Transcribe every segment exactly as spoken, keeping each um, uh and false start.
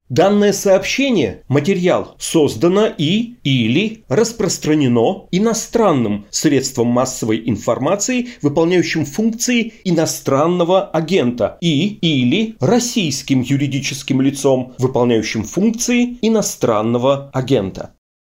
Данное сообщение, материал, создано и или распространено иностранным средством массовой информации, выполняющим функции иностранного агента, и или российским юридическим лицом, выполняющим функции иностранного агента.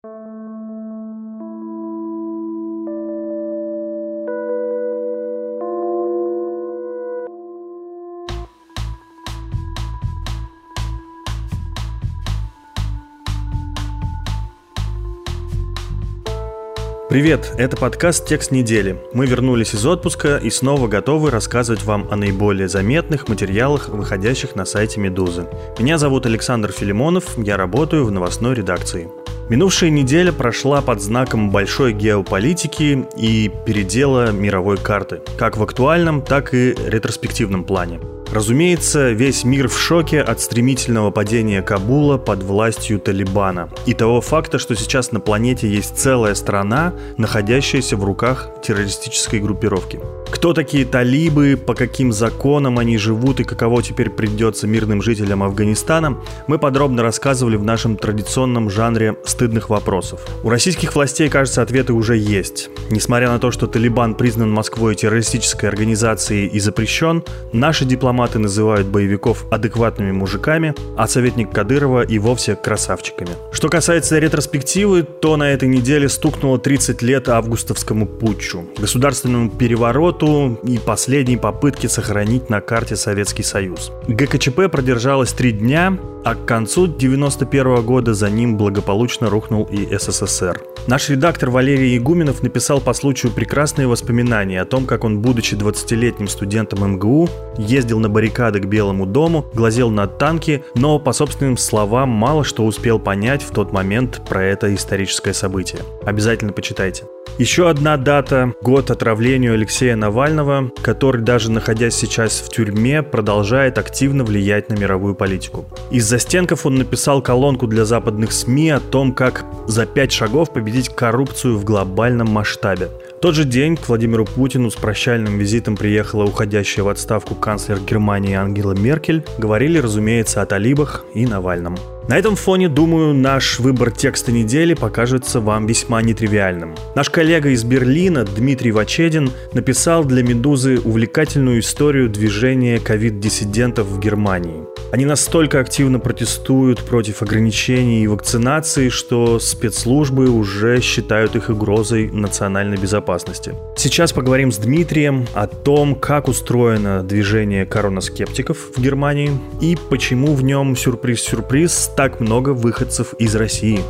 Привет, это подкаст «Текст недели». Мы вернулись из отпуска и снова готовы рассказывать вам о наиболее заметных материалах, выходящих на сайте «Медузы». Меня зовут Александр Филимонов, я работаю в новостной редакции. Минувшая неделя прошла под знаком большой геополитики и передела мировой карты, как в актуальном, так и ретроспективном плане. Разумеется, весь мир в шоке от стремительного падения Кабула под властью Талибана и того факта, что сейчас на планете есть целая страна, находящаяся в руках террористической группировки. Кто такие талибы, по каким законам они живут и каково теперь придется мирным жителям Афганистана, мы подробно рассказывали в нашем традиционном жанре стыдных вопросов. У российских властей, кажется, ответы уже есть. Несмотря на то, что Талибан признан Москвой террористической организацией и запрещен, наши дипломаты называют боевиков адекватными мужиками, а советник Кадырова и вовсе красавчиками. Что касается ретроспективы, то на этой неделе стукнуло тридцать лет августовскому путчу, государственному перевороту и последней попытке сохранить на карте Советский Союз. ГКЧП продержалась три дня, а к концу девяносто первого года за ним благополучно рухнул и СССР. Наш редактор Валерий Игуменов написал по случаю прекрасные воспоминания о том, как он, будучи двадцатилетним студентом эм гэ у, ездил на баррикады к Белому дому, глазел на танки, но, по собственным словам, мало что успел понять в тот момент про это историческое событие. Обязательно почитайте. Еще одна дата – год отравлению Алексея Навального, который, даже находясь сейчас в тюрьме, продолжает активно влиять на мировую политику. Из застенков он написал колонку для западных СМИ о том, как за пять шагов победить коррупцию в глобальном масштабе. В тот же день к Владимиру Путину с прощальным визитом приехала уходящая в отставку канцлер Германии Ангела Меркель. Говорили, разумеется, о талибах и Навальном. На этом фоне, думаю, наш выбор текста недели покажется вам весьма нетривиальным. Наш коллега из Берлина Дмитрий Вачедин написал для «Медузы» увлекательную историю движения ковид-диссидентов в Германии. Они настолько активно протестуют против ограничений и вакцинации, что спецслужбы уже считают их угрозой национальной безопасности. Сейчас поговорим с Дмитрием о том, как устроено движение коронаскептиков в Германии и почему в нем, сюрприз-сюрприз, так много выходцев из России.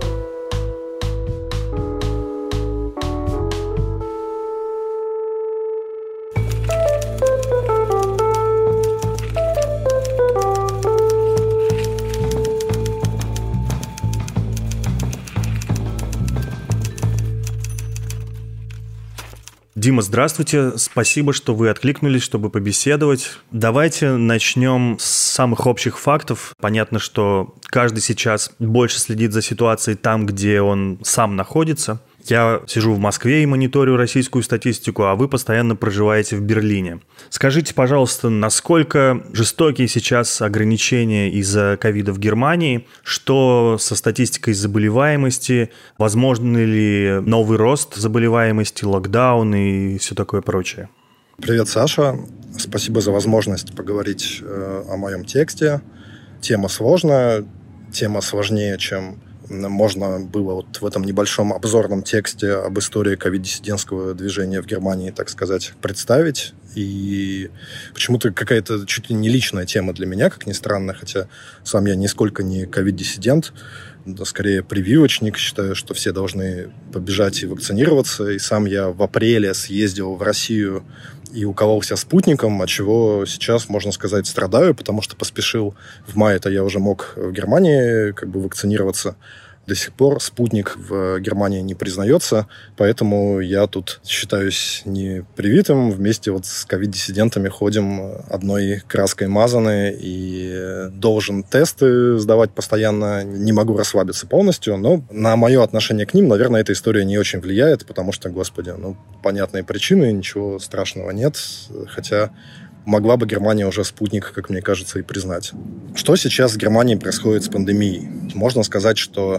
Дима, здравствуйте. Спасибо, что вы откликнулись, чтобы побеседовать. Давайте начнем с самых общих фактов. Понятно, что каждый сейчас больше следит за ситуацией там, где он сам находится. Я сижу в Москве и мониторю российскую статистику, а вы постоянно проживаете в Берлине. Скажите, пожалуйста, насколько жестокие сейчас ограничения из-за ковида в Германии? Что со статистикой заболеваемости? Возможен ли новый рост заболеваемости, локдаун и все такое прочее? Привет, Саша. Спасибо за возможность поговорить э, о моем тексте. Тема сложная, тема сложнее, чем можно было вот в этом небольшом обзорном тексте об истории ковид-диссидентского движения в Германии, так сказать, представить. И почему-то какая-то чуть ли не личная тема для меня, как ни странно, хотя сам я нисколько не ковид-диссидент, да, скорее прививочник. Считаю, что все должны побежать и вакцинироваться. И сам я в апреле съездил в Россию и укололся спутником, от чего сейчас, можно сказать, страдаю, потому что поспешил. В мае-то я уже мог в Германии как бы вакцинироваться. До сих пор спутник в Германии не признается, поэтому я тут считаюсь не привитым. Вместе вот с ковид-диссидентами ходим одной краской мазаны и должен тесты сдавать постоянно. Не могу расслабиться полностью, но на мое отношение к ним, наверное, эта история не очень влияет, потому что, господи, ну, понятные причины, ничего страшного нет. Хотя могла бы Германия уже спутник, как мне кажется, и признать. Что сейчас в Германии происходит с пандемией? Можно сказать, что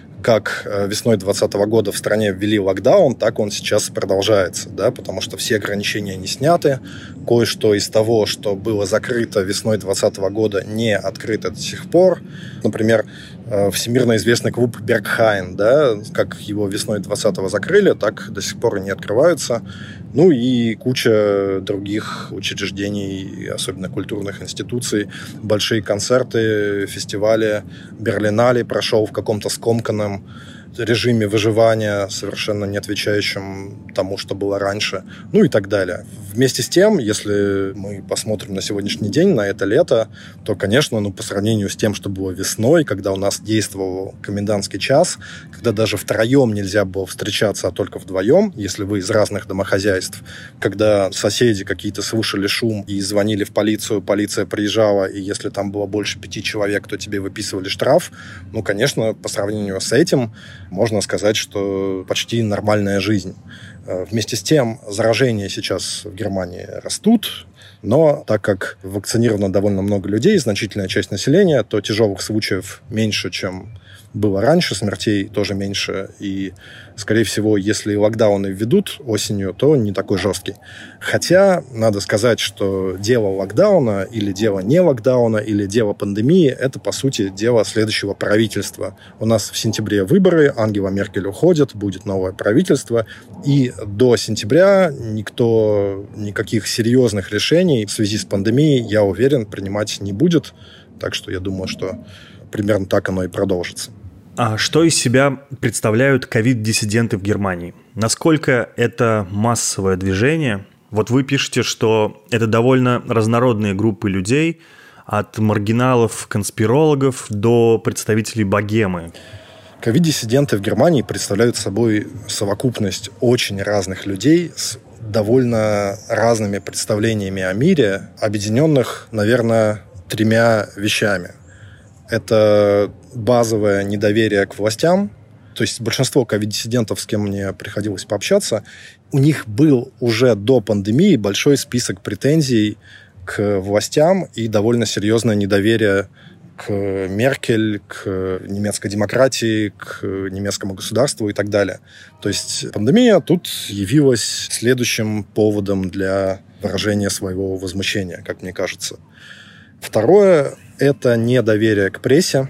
как весной двадцатого года в стране ввели локдаун, так он сейчас продолжается, да, потому что все ограничения не сняты, кое-что из того, что было закрыто весной двадцатого года, не открыто до сих пор. Например, всемирно известный клуб Бергхайн, да, как его весной двадцатого закрыли, так до сих пор и не открываются. Ну и куча других учреждений, особенно культурных институций, большие концерты, фестивали. Берлинале прошел в каком-то скомканном режиме выживания, совершенно не отвечающем тому, что было раньше, ну и так далее. Вместе с тем, если мы посмотрим на сегодняшний день, на это лето, то, конечно, ну, по сравнению с тем, что было весной, когда у нас действовал комендантский час, когда даже втроем нельзя было встречаться, а только вдвоем, если вы из разных домохозяйств, когда соседи какие-то слышали шум и звонили в полицию, полиция приезжала, и если там было больше пяти человек, то тебе выписывали штраф, ну, конечно, по сравнению с этим можно сказать, что почти нормальная жизнь. Вместе с тем, заражения сейчас в Германии растут, но так как вакцинировано довольно много людей, значительная часть населения, то тяжелых случаев меньше, чем было раньше, смертей тоже меньше. И, скорее всего, если локдауны введут осенью, то не такой жесткий. Хотя, надо сказать, что дело локдауна или дело не локдауна или дело пандемии – это, по сути, дело следующего правительства. У нас в сентябре выборы, Ангела Меркель уходит, будет новое правительство. И до сентября никто никаких серьезных решений в связи с пандемией, я уверен, принимать не будет. Так что я думаю, что примерно так оно и продолжится. А что из себя представляют ковид-диссиденты в Германии? Насколько это массовое движение? Вот вы пишете, что это довольно разнородные группы людей, от маргиналов, конспирологов до представителей богемы. Ковид-диссиденты в Германии представляют собой совокупность очень разных людей с довольно разными представлениями о мире, объединенных, наверное, тремя вещами. Это базовое недоверие к властям. То есть большинство ковид-диссидентов, с кем мне приходилось пообщаться, у них был уже до пандемии большой список претензий к властям и довольно серьезное недоверие к Меркель, к немецкой демократии, к немецкому государству и так далее. То есть пандемия тут явилась следующим поводом для выражения своего возмущения, как мне кажется. Второе – это недоверие к прессе.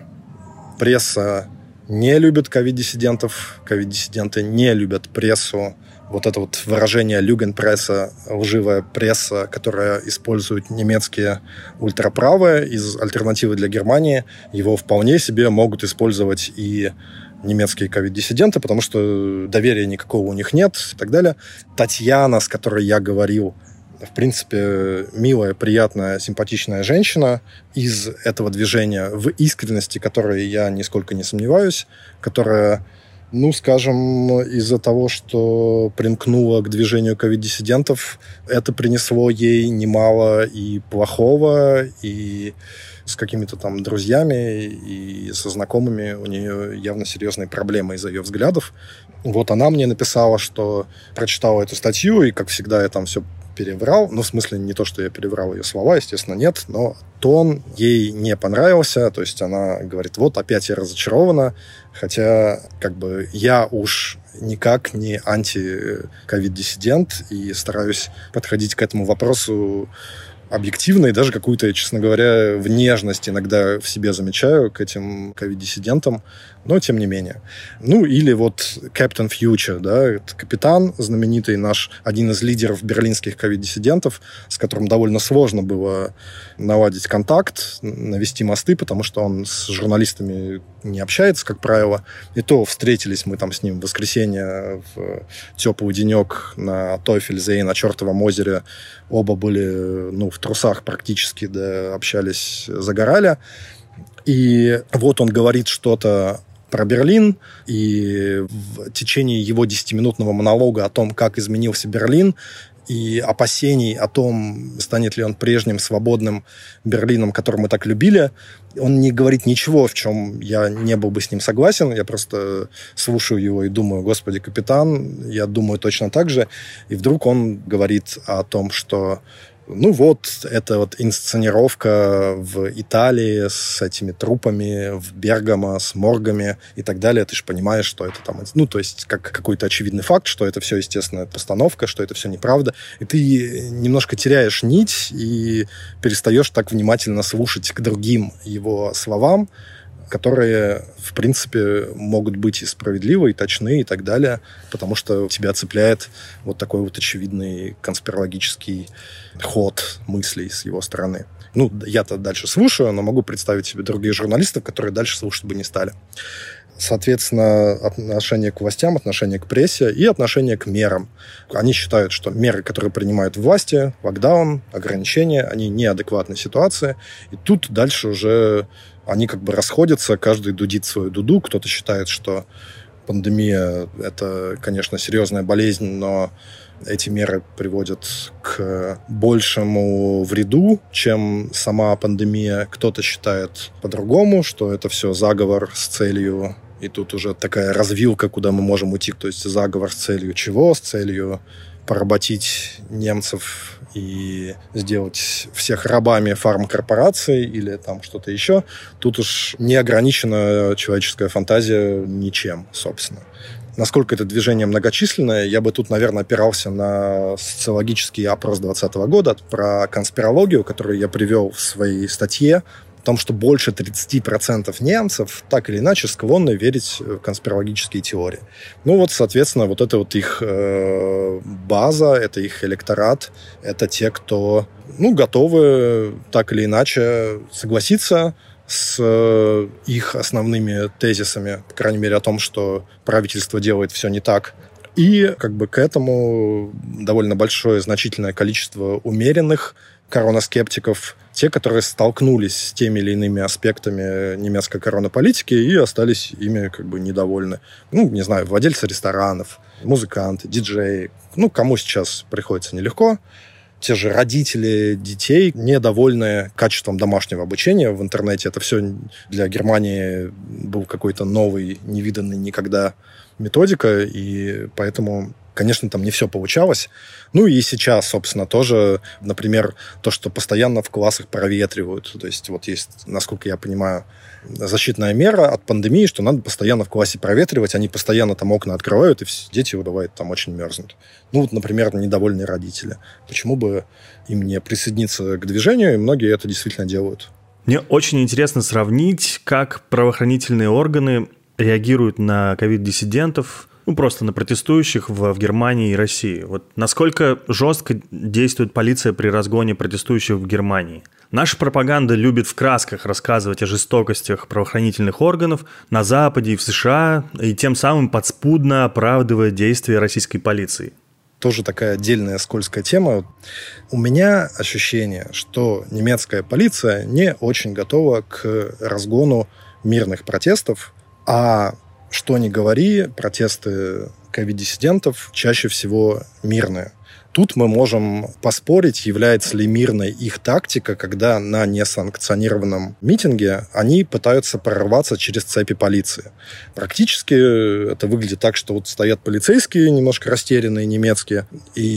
Пресса не любит ковид-диссидентов, ковид-диссиденты не любят прессу. Вот это вот выражение «люгенпресса», лживая пресса, которая использует немецкие ультраправые из «Альтернативы для Германии», его вполне себе могут использовать и немецкие ковид-диссиденты, потому что доверия никакого у них нет и так далее. Татьяна, с которой я говорил, в принципе, милая, приятная, симпатичная женщина из этого движения, в искренности которой я нисколько не сомневаюсь, которая, ну, скажем, из-за того, что примкнула к движению ковид-диссидентов, это принесло ей немало и плохого, и с какими-то там друзьями и со знакомыми у нее явно серьезные проблемы из-за ее взглядов. Вот она мне написала, что прочитала эту статью, и, как всегда, я там все переврал. Ну, в смысле, не то, что я переврал ее слова, естественно, нет, но тон ей не понравился. То есть она говорит, вот, опять я разочарована. Хотя, как бы, я уж никак не анти-ковид-диссидент и стараюсь подходить к этому вопросу объективно, и даже какую-то, честно говоря, в нежность иногда в себе замечаю к этим ковид-диссидентам, но тем не менее. Ну, или вот Captain Future, да, это капитан знаменитый наш, один из лидеров берлинских ковид-диссидентов, с которым довольно сложно было наладить контакт, навести мосты, потому что он с журналистами не общается, как правило. И то встретились мы там с ним в воскресенье в теплый денек на Тойфельзее, на Чертовом озере. Оба были, ну, в трусах практически, да, общались, загорали. И вот он говорит что-то про Берлин, и в течение его десятиминутного монолога о том, как изменился Берлин, и опасений о том, станет ли он прежним свободным Берлином, который мы так любили, он не говорит ничего, в чем я не был бы с ним согласен. Я просто слушаю его и думаю, господи, капитан, я думаю точно так же. И вдруг он говорит о том, что Ну вот, это вот инсценировка в Италии с этими трупами, в Бергамо, с моргами и так далее. Ты же понимаешь, что это там... Ну, то есть, как какой-то очевидный факт, что это все, естественно, постановка, что это все неправда. И ты немножко теряешь нить и перестаешь так внимательно слушать к другим его словам, которые, в принципе, могут быть и справедливы, и точны, и так далее, потому что тебя цепляет вот такой вот очевидный конспирологический ход мыслей с его стороны. Ну, я-то дальше слушаю, но могу представить себе других журналистов, которые дальше слушать бы не стали. Соответственно, отношение к властям, отношение к прессе и отношение к мерам. Они считают, что меры, которые принимают власти, локдаун, ограничения, они неадекватны ситуации. И тут дальше уже они как бы расходятся, каждый дудит свою дуду. Кто-то считает, что пандемия – это, конечно, серьезная болезнь, но эти меры приводят к большему вреду, чем сама пандемия. Кто-то считает по-другому, что это все заговор с целью... И тут уже такая развилка, куда мы можем уйти. То есть заговор с целью чего? С целью поработить немцев и сделать всех рабами фармкорпораций или там что-то еще. Тут уж не ограничена человеческая фантазия ничем, собственно. Насколько это движение многочисленное, я бы тут, наверное, опирался на социологический опрос двадцатого года про конспирологию, который я привел в своей статье, о том, что больше тридцать процентов немцев так или иначе склонны верить в конспирологические теории. Ну вот, соответственно, вот это вот их э, база, это их электорат, это те, кто ну, готовы так или иначе согласиться с э, их основными тезисами, по крайней мере, о том, что правительство делает все не так. И как бы к этому довольно большое, значительное количество умеренных коронаскептиков, те, которые столкнулись с теми или иными аспектами немецкой коронаполитики и остались ими как бы недовольны. Ну, не знаю, владельцы ресторанов, музыканты, диджеи. Ну, кому сейчас приходится нелегко. Те же родители детей, недовольные качеством домашнего обучения в интернете. Это все для Германии был какой-то новый, невиданный никогда методика, и поэтому... Конечно, там не все получалось. Ну и сейчас, собственно, тоже, например, то, что постоянно в классах проветривают. То есть вот есть, насколько я понимаю, защитная мера от пандемии, что надо постоянно в классе проветривать. Они постоянно там окна открывают, и дети, бывает, там очень мерзнут. Ну вот, например, недовольные родители. Почему бы им не присоединиться к движению? И многие это действительно делают. Мне очень интересно сравнить, как правоохранительные органы реагируют на ковид-диссидентов, ну, просто на протестующих в, в Германии и России. Вот насколько жестко действует полиция при разгоне протестующих в Германии? Наша пропаганда любит в красках рассказывать о жестокостях правоохранительных органов на Западе и в США, и тем самым подспудно оправдывая действия российской полиции. Тоже такая отдельная скользкая тема. У меня ощущение, что немецкая полиция не очень готова к разгону мирных протестов, а что ни говори, протесты ковид-диссидентов чаще всего мирные. Тут мы можем поспорить, является ли мирной их тактика, когда на несанкционированном митинге они пытаются прорваться через цепи полиции. Практически это выглядит так, что вот стоят полицейские, немножко растерянные, немецкие,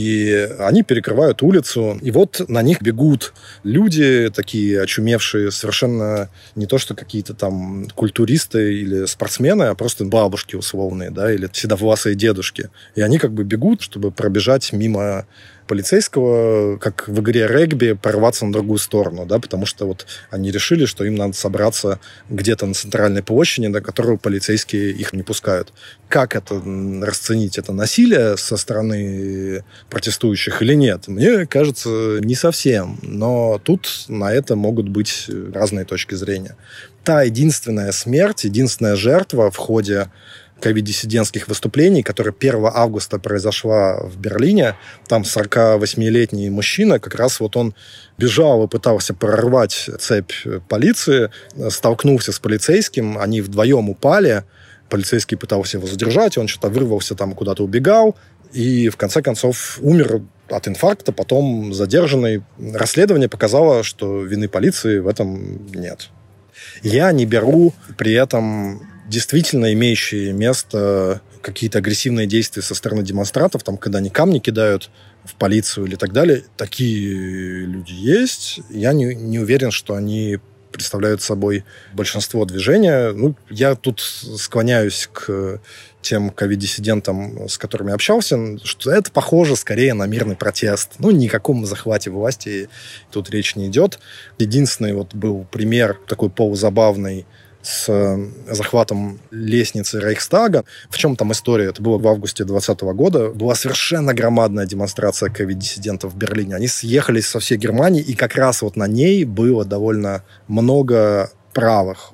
и они перекрывают улицу, и вот на них бегут люди, такие очумевшие, совершенно не то, что какие-то там культуристы или спортсмены, а просто бабушки условные, да, или седовласые дедушки. И они как бы бегут, чтобы пробежать мимо полицейского, как в игре регби, порваться на другую сторону, да, потому что вот они решили, что им надо собраться где-то на центральной площади, на которую полицейские их не пускают. Как это расценить? Это насилие со стороны протестующих или нет? Мне кажется, не совсем, но тут на это могут быть разные точки зрения. Та единственная смерть, единственная жертва в ходе ковид-диссидентских выступлений, которая первого августа произошла в Берлине. Там сорокавосьмилетний мужчина, как раз вот он бежал и пытался прорвать цепь полиции, столкнулся с полицейским, они вдвоем упали, полицейский пытался его задержать, он что-то вырвался, там куда-то убегал, и в конце концов умер от инфаркта, потом задержанный. Расследование показало, что вины полиции в этом нет. Я не беру при этом действительно имеющие место какие-то агрессивные действия со стороны демонстрантов, там, когда они камни кидают в полицию или так далее. Такие люди есть. Я не, не уверен, что они представляют собой большинство движения. Ну, я тут склоняюсь к тем ковид-диссидентам, с которыми общался, что это похоже скорее на мирный протест. Ну, ни о каком захвате власти тут речь не идет. Единственный вот был пример такой полузабавный с захватом лестницы Рейхстага. В чем там история? Это было в августе двадцатого года. Была совершенно громадная демонстрация ковид-диссидентов в Берлине. Они съехались со всей Германии, и как раз вот на ней было довольно много правых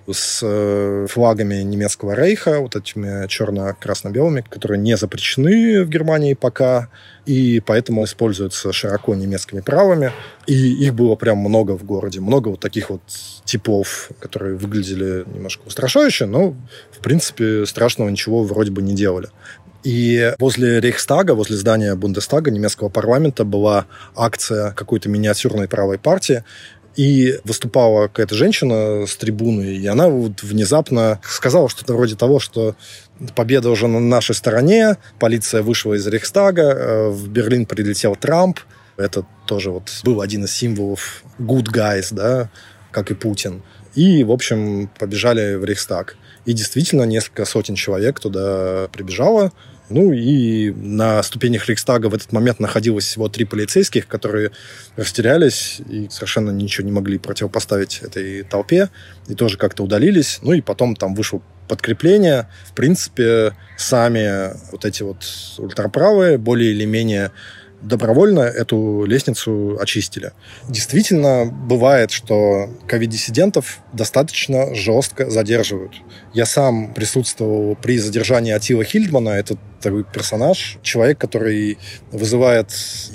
с флагами немецкого рейха, вот этими черно-красно-белыми, которые не запрещены в Германии пока, и поэтому используются широко немецкими правыми. И их было прям много в городе. Много вот таких вот типов, которые выглядели немножко устрашающе, но, в принципе, страшного ничего вроде бы не делали. И возле Рейхстага, возле здания Бундестага, немецкого парламента, была акция какой-то миниатюрной правой партии, и выступала какая-то женщина с трибуны, и она вот внезапно сказала что-то вроде того, что победа уже на нашей стороне, полиция вышла из Рейхстага, в Берлин прилетел Трамп. Это тоже вот был один из символов good guys, да, как и Путин. И, в общем, побежали в Рейхстаг. И действительно несколько сотен человек туда прибежало. Ну и на ступенях Рейхстага в этот момент находилось всего три полицейских, которые растерялись и совершенно ничего не могли противопоставить этой толпе, и тоже как-то удалились. Ну и потом там вышло подкрепление. В принципе, сами вот эти вот ультраправые более или менее добровольно эту лестницу очистили. Действительно, бывает, что ковид-диссидентов достаточно жестко задерживают. Я сам присутствовал при задержании Аттила Хильдмана. Это такой персонаж, человек, который вызывает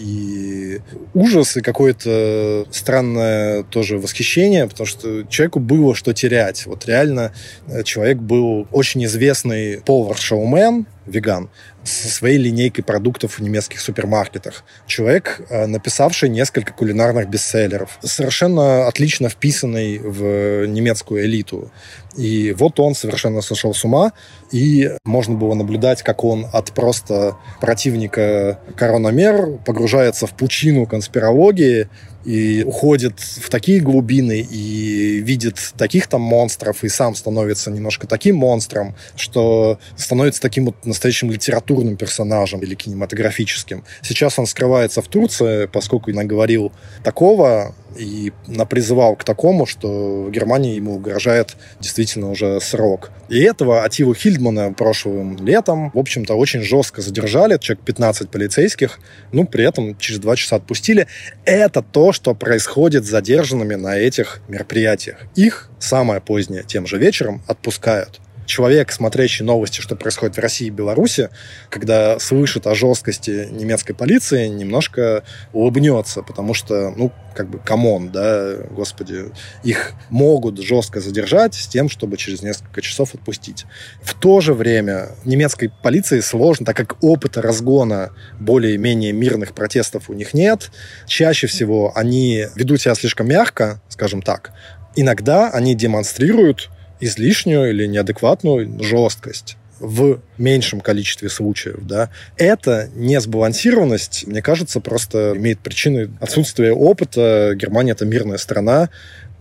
и ужас, и какое-то странное тоже восхищение, потому что человеку было что терять. Вот реально человек был очень известный повар-шоумен, веган, со своей линейкой продуктов в немецких супермаркетах. Человек, написавший несколько кулинарных бестселлеров, совершенно отлично вписанный в немецкую элиту. И вот он совершенно сошел с ума, и можно было наблюдать, как он от просто противника коронамер погружается в пучину конспирологии и уходит в такие глубины и видит таких там монстров, и сам становится немножко таким монстром, что становится таким вот настоящим литературным персонажем или кинематографическим. Сейчас он скрывается в Турции, поскольку наговорил такого и напризывал к такому, что в Германии ему угрожает действительно уже срок. И этого Аттилу Хильдмана прошлым летом, в общем-то, очень жестко задержали, человек пятнадцать полицейских, ну, при этом через два часа отпустили. Это то, что происходит с задержанными на этих мероприятиях. Их самое позднее, тем же вечером, отпускают. Человек, смотрящий новости, что происходит в России и Беларуси, когда слышит о жесткости немецкой полиции, немножко улыбнется, потому что, ну, как бы, камон, да, господи, их могут жестко задержать с тем, чтобы через несколько часов отпустить. В то же время немецкой полиции сложно, так как опыта разгона более-менее мирных протестов у них нет. Чаще всего они ведут себя слишком мягко, скажем так. Иногда они демонстрируют излишнюю или неадекватную жесткость в меньшем количестве случаев, да. Эта несбалансированность, мне кажется, просто имеет причины отсутствия опыта. Германия — это мирная страна,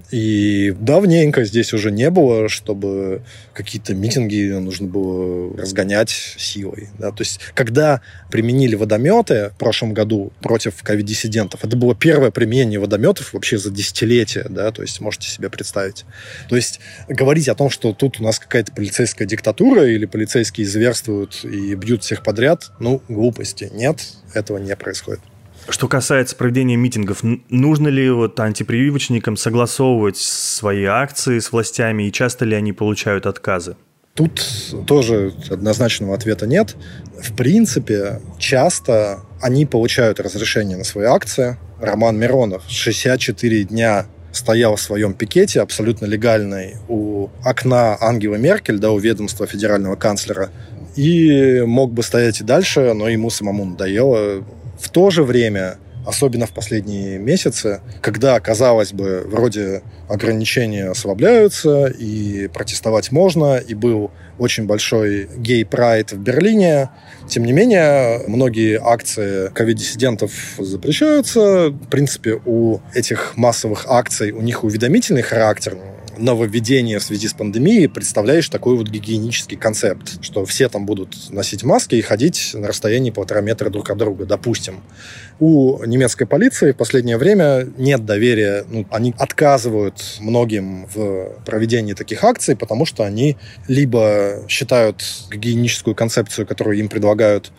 и давненько здесь уже не было, чтобы какие-то митинги нужно было разгонять силой. Да? То есть, когда применили водометы в прошлом году против ковид-диссидентов, это было первое применение водометов вообще за десятилетия. Да? То есть, можете себе представить. То есть, говорить о том, что тут у нас какая-то полицейская диктатура или полицейские зверствуют и бьют всех подряд, ну, глупости. Нет, этого не происходит. Что касается проведения митингов, нужно ли вот антипрививочникам согласовывать свои акции с властями, и часто ли они получают отказы? Тут тоже однозначного ответа нет. В принципе, часто они получают разрешение на свои акции. Роман Миронов шестьдесят четыре дня стоял в своем пикете, абсолютно легальный, у окна Ангелы Меркель, да, у ведомства федерального канцлера, и мог бы стоять и дальше, но ему самому надоело. В то же время особенно в последние месяцы, когда, казалось бы, вроде ограничения ослабляются, и протестовать можно, и был очень большой гей-прайд в Берлине. Тем не менее, многие акции ковид-диссидентов запрещаются. В принципе, у этих массовых акций у них уведомительный характер. Нововведение в связи с пандемией представляешь такой вот гигиенический концепт, что все там будут носить маски и ходить на расстоянии полтора метра друг от друга, допустим. У немецкой полиции в последнее время нет доверия, ну, они отказывают многим в проведении таких акций, потому что они либо считают гигиеническую концепцию, которую им предлагают,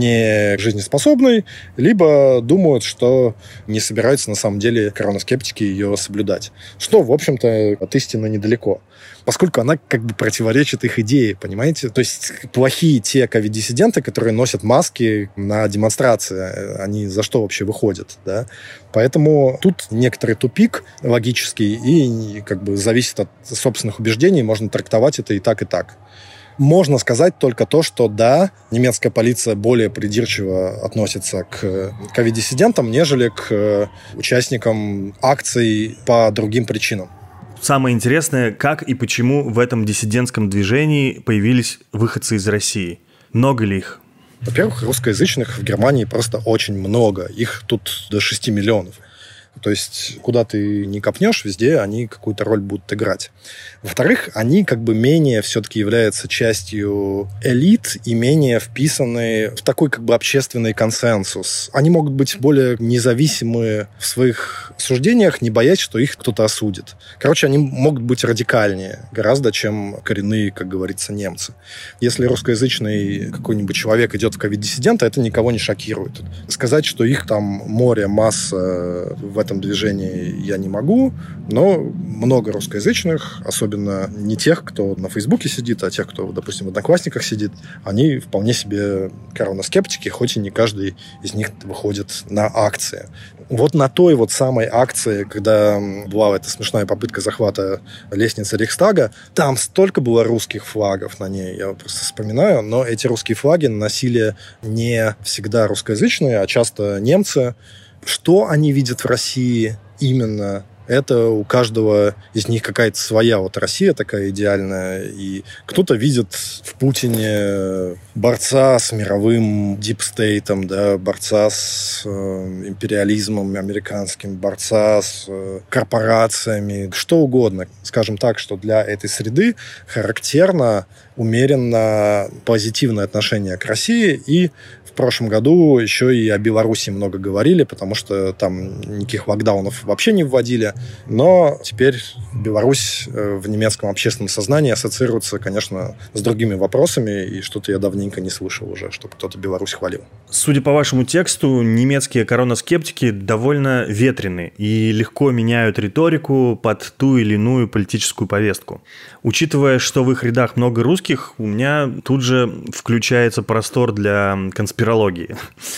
не жизнеспособной, либо думают, что не собираются на самом деле коронаскептики ее соблюдать. Что, в общем-то, от истины недалеко. Поскольку она как бы противоречит их идее, понимаете? То есть плохие те ковид-диссиденты, которые носят маски на демонстрации, они за что вообще выходят, да? Поэтому тут некоторый тупик логический, и как бы зависит от собственных убеждений, можно трактовать это и так, и так. Можно сказать только то, что да, немецкая полиция более придирчиво относится к ковид-диссидентам, нежели к участникам акций по другим причинам. Самое интересное, как и почему в этом диссидентском движении появились выходцы из России. Много ли их? Во-первых, русскоязычных в Германии просто очень много. Их тут до шести миллионов. То есть, куда ты не копнешь, везде они какую-то роль будут играть. Во-вторых, они как бы менее все-таки являются частью элит и менее вписаны в такой как бы общественный консенсус. Они могут быть более независимые в своих суждениях, не боясь, что их кто-то осудит. Короче, они могут быть радикальнее гораздо, чем коренные, как говорится, немцы. Если русскоязычный какой-нибудь человек идет в ковид-диссидента, это никого не шокирует. Сказать, что их там море, масса в этом движении я не могу, но много русскоязычных, особенно не тех, кто на Фейсбуке сидит, а тех, кто, допустим, в Одноклассниках сидит, они вполне себе коронаскептики, хоть и не каждый из них выходит на акции. Вот на той вот самой акции, когда была эта смешная попытка захвата лестницы Рейхстага, там столько было русских флагов на ней, я просто вспоминаю, но эти русские флаги носили не всегда русскоязычные, а часто немцы. Что они видят в России именно? Это у каждого из них какая-то своя вот Россия такая идеальная. И кто-то видит в Путине борца с мировым дипстейтом, да, борца с э, империализмом американским, борца с э, корпорациями, что угодно. Скажем так, что для этой среды характерно умеренно позитивное отношение к России. И в прошлом году еще и о Беларуси много говорили, потому что там никаких локдаунов вообще не вводили. Но теперь Беларусь в немецком общественном сознании ассоциируется, конечно, с другими вопросами, и что-то я давненько не слышал уже, чтобы кто-то Беларусь хвалил. Судя по вашему тексту, немецкие коронаскептики довольно ветрены и легко меняют риторику под ту или иную политическую повестку. Учитывая, что в их рядах много русских, у меня тут же включается простор для конспирологии.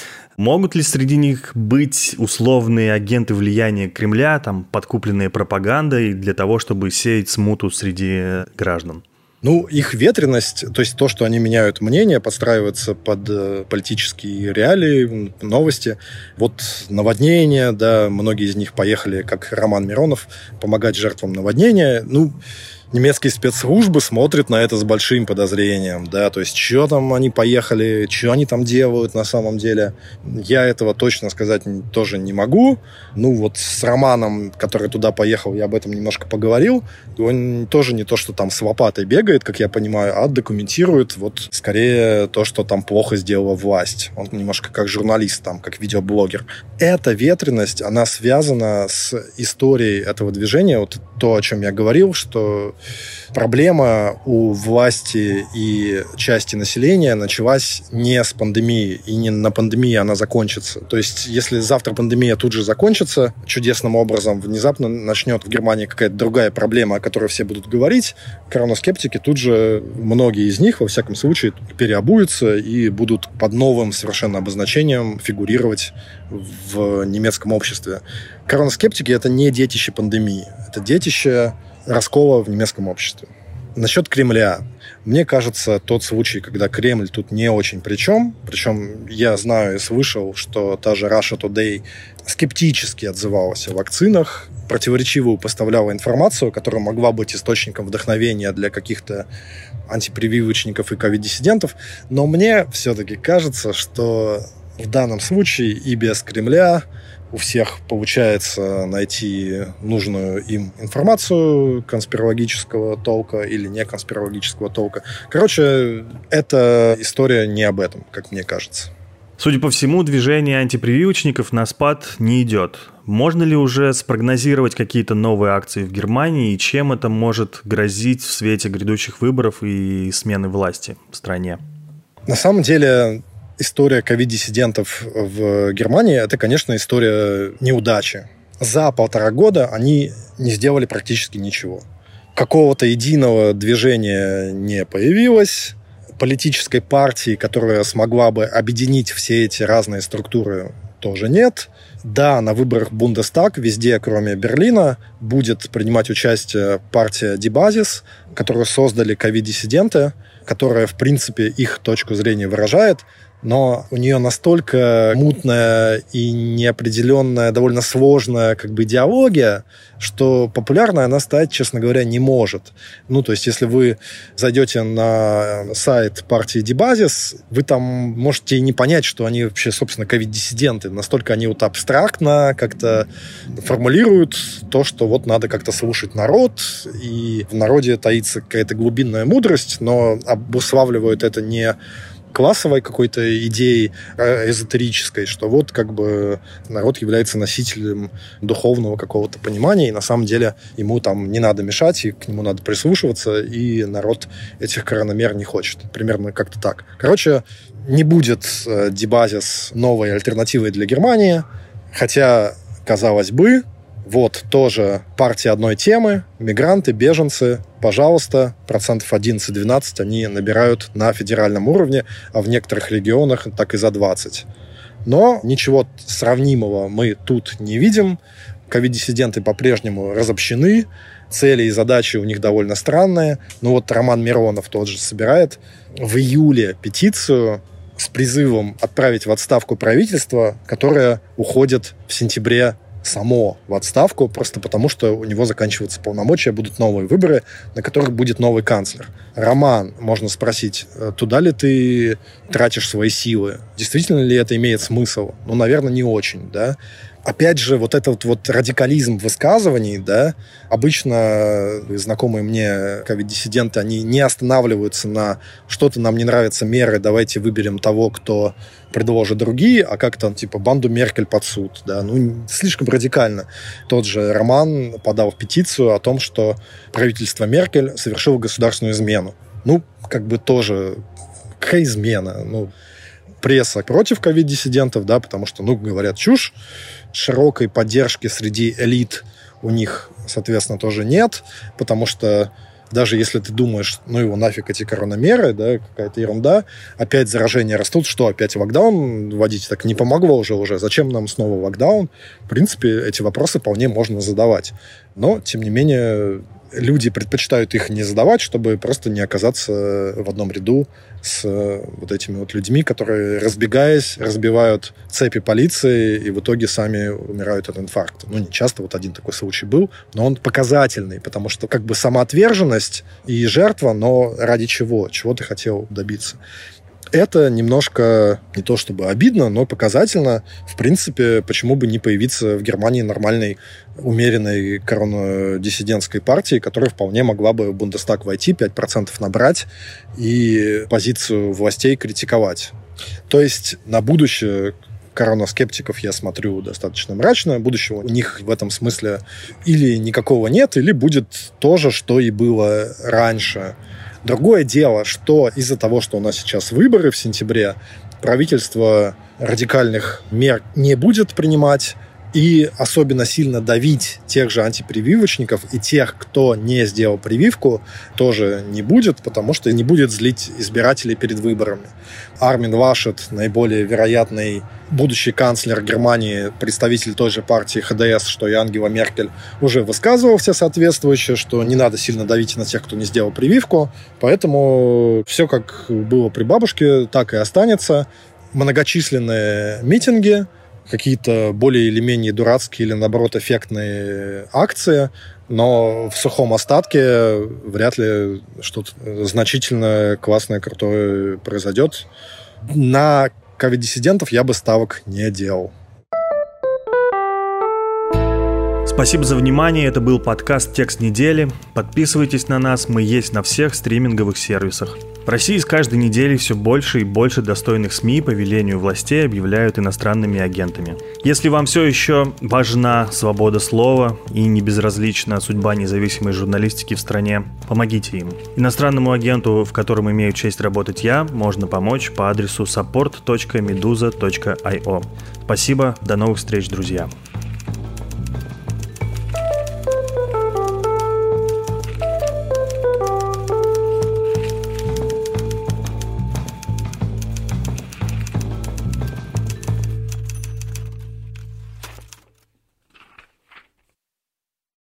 Могут ли среди них быть условные агенты влияния Кремля, там, подкупленные пропагандой для того, чтобы сеять смуту среди граждан? Ну, их ветренность, то есть то, что они меняют мнение, подстраиваются под э, политические реалии, новости. Вот наводнение, да, многие из них поехали, как Роман Миронов, помогать жертвам наводнения. Ну, немецкие спецслужбы смотрят на это с большим подозрением, да, то есть, что там они поехали, что они там делают на самом деле. Я этого точно сказать тоже не могу. Ну, вот с Романом, который туда поехал, я об этом немножко поговорил. Он тоже не то, что там с лопатой бегает, как я понимаю, а документирует вот скорее то, что там плохо сделала власть. Он немножко как журналист, там, как видеоблогер. Эта ветренность, она связана с историей этого движения. Вот то, о чем я говорил, что проблема у власти и части населения началась не с пандемии, и не на пандемии она закончится. То есть, если завтра пандемия тут же закончится чудесным образом, внезапно начнет в Германии какая-то другая проблема, о которой все будут говорить, коронаскептики тут же, многие из них, во всяком случае, переобуются и будут под новым совершенно обозначением фигурировать в немецком обществе. Коронаскептики — это не детище пандемии, это детище раскола в немецком обществе. Насчет Кремля. Мне кажется, тот случай, когда Кремль тут не очень при чем, причем я знаю и слышал, что та же Russia Today скептически отзывалась о вакцинах, противоречивую поставляла информацию, которая могла быть источником вдохновения для каких-то антипрививочников и ковид-диссидентов, но мне все-таки кажется, что в данном случае и без Кремля у всех получается найти нужную им информацию конспирологического толка или не конспирологического толка. Короче, эта история не об этом, как мне кажется. Судя по всему, движение антипрививочников на спад не идет. Можно ли уже спрогнозировать какие-то новые акции в Германии и чем это может грозить в свете грядущих выборов и смены власти в стране? На самом деле, история ковид-диссидентов в Германии – это, конечно, история неудачи. За полтора года они не сделали практически ничего. Какого-то единого движения не появилось. Политической партии, которая смогла бы объединить все эти разные структуры, тоже нет. Да, на выборах в Бундестаг везде, кроме Берлина, будет принимать участие партия Die Basis, которую создали ковид-диссиденты, которая, в принципе, их точку зрения выражает, но у нее настолько мутная и неопределенная, довольно сложная как бы идеология, что популярной она стать, честно говоря, не может. Ну, то есть, если вы зайдете на сайт партии Die Basis, вы там можете и не понять, что они вообще, собственно, ковид-диссиденты. Настолько они вот абстрактно как-то формулируют то, что вот надо как-то слушать народ, и в народе таится какая-то глубинная мудрость, но обуславливают это не классовой какой-то идеей эзотерической, что вот как бы народ является носителем духовного какого-то понимания, и на самом деле ему там не надо мешать, и к нему надо прислушиваться, и народ этих коронамер не хочет. Примерно как-то так. Короче, не будет Die Basis новой альтернативой для Германии, хотя, казалось бы, вот тоже партия одной темы, мигранты, беженцы, пожалуйста, процентов одиннадцать-двенадцать они набирают на федеральном уровне, а в некоторых регионах так и за двадцать. Но ничего сравнимого мы тут не видим. Ковид-диссиденты по-прежнему разобщены, цели и задачи у них довольно странные. Ну вот Роман Миронов тот же собирает в июле петицию с призывом отправить в отставку правительство, которое уходит в сентябре само в отставку, просто потому, что у него заканчиваются полномочия, будут новые выборы, на которых будет новый канцлер. Роман, можно спросить, туда ли ты тратишь свои силы? Действительно ли это имеет смысл? Ну, наверное, не очень, да? Опять же, вот этот вот радикализм высказываний, да, обычно знакомые мне ковид-диссиденты, они не останавливаются на что-то нам не нравятся меры, давайте выберем того, кто предложит другие, а как там, типа, банду Меркель под суд, да, ну, слишком радикально. Тот же Роман подал петицию о том, что правительство Меркель совершило государственную измену. Ну, как бы тоже, какая измена? Ну, пресса против ковид-диссидентов, да, потому что, ну, говорят чушь, широкой поддержки среди элит у них, соответственно, тоже нет, потому что даже если ты думаешь, ну его нафиг эти коронамеры, да, какая-то ерунда, опять заражения растут, что опять локдаун вводить так не помогло уже уже, зачем нам снова локдаун? В принципе, эти вопросы вполне можно задавать. Но, тем не менее, люди предпочитают их не задавать, чтобы просто не оказаться в одном ряду с вот этими вот людьми, которые, разбегаясь, разбивают цепи полиции и в итоге сами умирают от инфаркта. Ну, не часто, вот один такой случай был, но он показательный, потому что как бы самоотверженность и жертва, но ради чего? Чего ты хотел добиться? Это немножко не то чтобы обидно, но показательно. В принципе, почему бы не появиться в Германии нормальной, умеренной коронадиссидентской партии, которая вполне могла бы в Бундестаг войти, пять процентов набрать и позицию властей критиковать. То есть на будущее коронаскептиков я смотрю достаточно мрачно. Будущего у них в этом смысле или никакого нет, или будет то же, что и было раньше. Другое дело, что из-за того, что у нас сейчас выборы в сентябре, правительство радикальных мер не будет принимать, И особенно сильно давить тех же антипрививочников и тех, кто не сделал прививку, тоже не будет, потому что не будет злить избирателей перед выборами. Армин Лашет, наиболее вероятный будущий канцлер Германии, представитель той же партии ха дэ эс, что и Ангела Меркель, уже высказывал все соответствующее, что не надо сильно давить на тех, кто не сделал прививку. Поэтому все, как было при бабушке, так и останется. Многочисленные митинги, какие-то более или менее дурацкие или, наоборот, эффектные акции, но в сухом остатке вряд ли что-то значительно классное, крутое произойдет. На ковид-диссидентов я бы ставок не делал. Спасибо за внимание. Это был подкаст «Текст недели». Подписывайтесь на нас, мы есть на всех стриминговых сервисах. В России с каждой неделей все больше и больше достойных СМИ по велению властей объявляют иностранными агентами. Если вам все еще важна свобода слова и не безразлична судьба независимой журналистики в стране, помогите им. Иностранному агенту, в котором имею честь работать я, можно помочь по адресу support точка meduza точка ай о. Спасибо, до новых встреч, друзья.